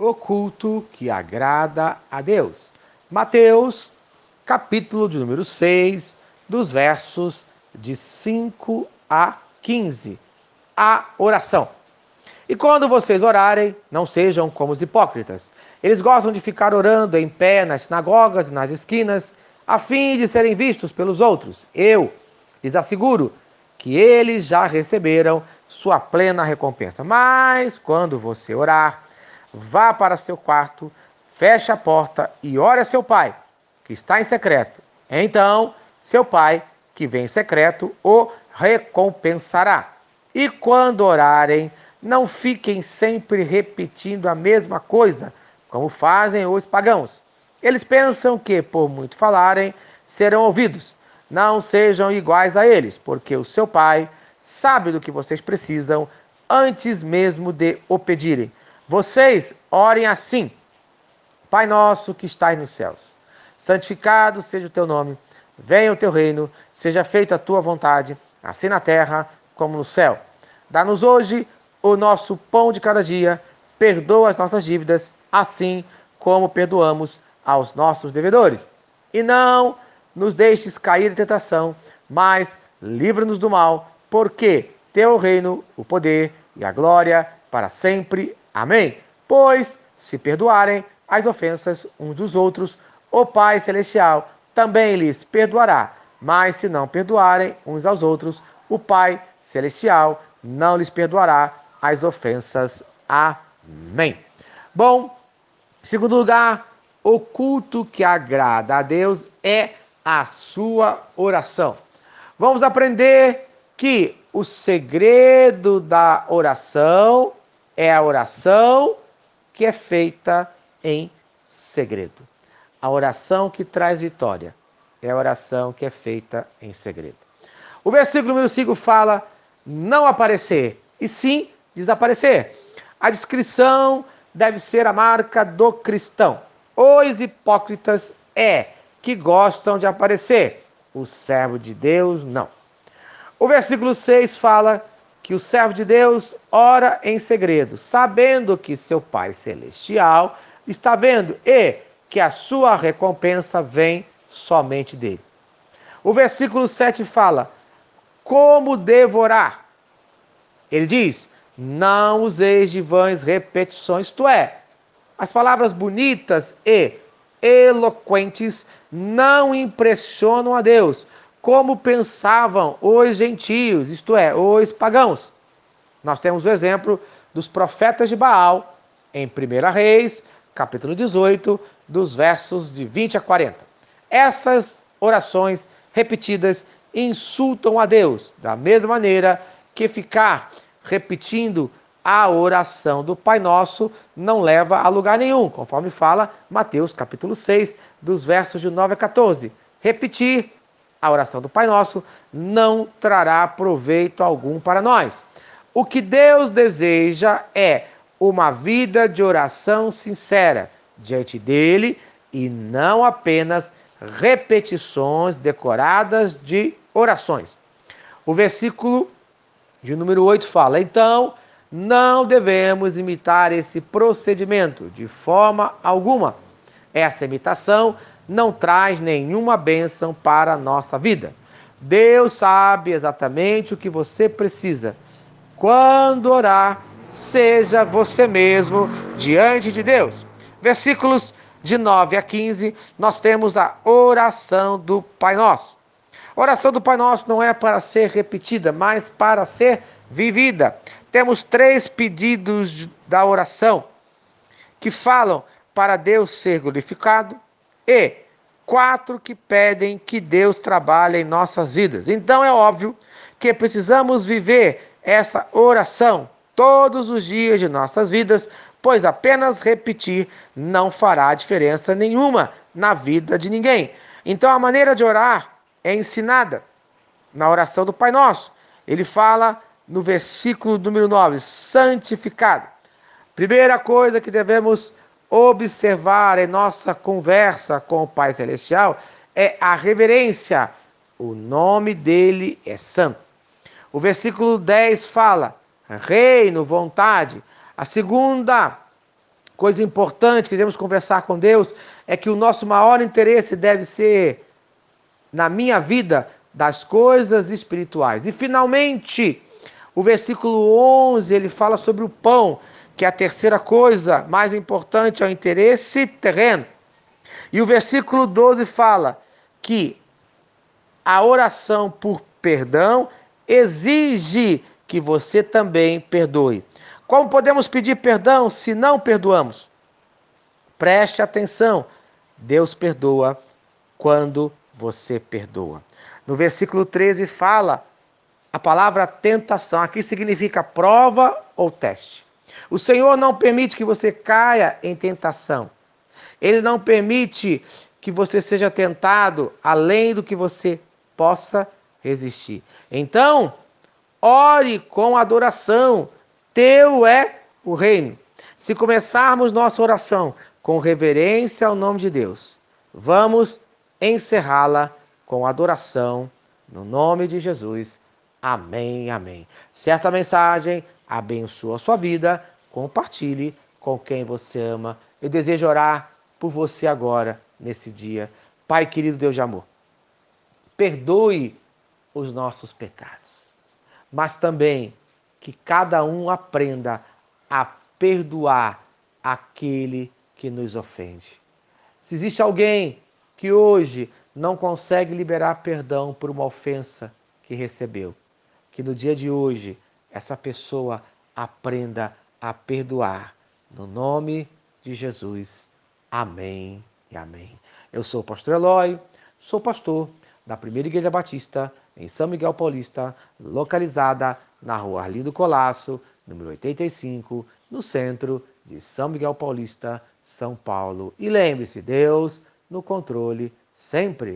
o culto que agrada a Deus. Mateus, capítulo de número 6, dos versos de 5 a 15. A oração. E quando vocês orarem, não sejam como os hipócritas. Eles gostam de ficar orando em pé nas sinagogas e nas esquinas, a fim de serem vistos pelos outros. Eu lhes asseguro que eles já receberam sua plena recompensa. Mas quando você orar, vá para seu quarto, feche a porta e ore a seu pai, que está em secreto. Então, seu pai, que vem em secreto, o recompensará. E quando orarem, não fiquem sempre repetindo a mesma coisa, como fazem os pagãos. Eles pensam que, por muito falarem, serão ouvidos. Não sejam iguais a eles, porque o seu Pai sabe do que vocês precisam antes mesmo de o pedirem. Vocês orem assim: Pai nosso que estais nos céus, santificado seja o teu nome, venha o teu reino, seja feita a tua vontade, assim na terra como no céu. Dá-nos hoje o nosso pão de cada dia, perdoa as nossas dívidas, assim como perdoamos aos nossos devedores. E não nos deixes cair em tentação, mas livra-nos do mal, porque teu é o reino, o poder e a glória para sempre. Amém. Pois, se perdoarem as ofensas uns dos outros, o Pai Celestial também lhes perdoará. Mas se não perdoarem uns aos outros, o Pai Celestial não lhes perdoará as ofensas. Amém. Bom, em segundo lugar, o culto que agrada a Deus é a sua oração. Vamos aprender que o segredo da oração é a oração que é feita em segredo. A oração que traz vitória é a oração que é feita em segredo. O versículo número 5 fala não aparecer, e sim desaparecer. A descrição deve ser a marca do cristão. Os hipócritas que gostam de aparecer. O servo de Deus, não. O versículo 6 fala que o servo de Deus ora em segredo, sabendo que seu Pai Celestial está vendo e que a sua recompensa vem somente dele. O versículo 7 fala como devorar. Ele diz: não useis de vãs repetições, isto é, as palavras bonitas e eloquentes não impressionam a Deus, como pensavam os gentios, isto é, os pagãos. Nós temos o exemplo dos profetas de Baal, em 1 Reis, capítulo 18, dos versos de 20 a 40. Essas orações repetidas insultam a Deus, da mesma maneira que ficar repetindo a oração do Pai Nosso não leva a lugar nenhum, conforme fala Mateus capítulo 6, dos versos de 9 a 14. Repetir a oração do Pai Nosso não trará proveito algum para nós. O que Deus deseja é uma vida de oração sincera diante dele e não apenas repetições decoradas de orações. O versículo de número 8 fala: então, não devemos imitar esse procedimento de forma alguma. Essa imitação não traz nenhuma bênção para a nossa vida. Deus sabe exatamente o que você precisa. Quando orar, seja você mesmo diante de Deus. Versículos de 9 a 15, nós temos a oração do Pai Nosso. A oração do Pai Nosso não é para ser repetida, mas para ser vivida. Temos 3 pedidos da oração que falam para Deus ser glorificado e 4 que pedem que Deus trabalhe em nossas vidas. Então é óbvio que precisamos viver essa oração todos os dias de nossas vidas, pois apenas repetir não fará diferença nenhuma na vida de ninguém. Então a maneira de orar é ensinada na oração do Pai Nosso. Ele fala no versículo número 9, santificado. Primeira coisa que devemos observar em nossa conversa com o Pai Celestial é a reverência. O nome dele é santo. O versículo 10 fala reino, vontade. A segunda coisa importante que devemos conversar com Deus é que o nosso maior interesse deve ser na minha vida das coisas espirituais. E finalmente, o versículo 11, ele fala sobre o pão, que é a terceira coisa mais importante, é o interesse terreno. E o versículo 12 fala que a oração por perdão exige que você também perdoe. Como podemos pedir perdão se não perdoamos? Preste atenção, Deus perdoa quando você perdoa. No versículo 13 fala a palavra tentação. Aqui significa prova ou teste. O Senhor não permite que você caia em tentação. Ele não permite que você seja tentado além do que você possa resistir. Então, ore com adoração. Teu é o reino. Se começarmos nossa oração com reverência ao nome de Deus, vamos encerrá-la com adoração no nome de Jesus. Amém, amém. Se esta mensagem abençoa a sua vida, compartilhe com quem você ama. Eu desejo orar por você agora, nesse dia. Pai querido, Deus de amor, perdoe os nossos pecados, mas também que cada um aprenda a perdoar aquele que nos ofende. Se existe alguém que hoje não consegue liberar perdão por uma ofensa que recebeu, que no dia de hoje essa pessoa aprenda a perdoar. No nome de Jesus. Amém e amém. Eu sou o pastor Eloy, sou pastor da Primeira Igreja Batista em São Miguel Paulista, localizada na rua Arlindo Colasso, número 85, no centro de São Miguel Paulista, São Paulo. E lembre-se, Deus no controle sempre.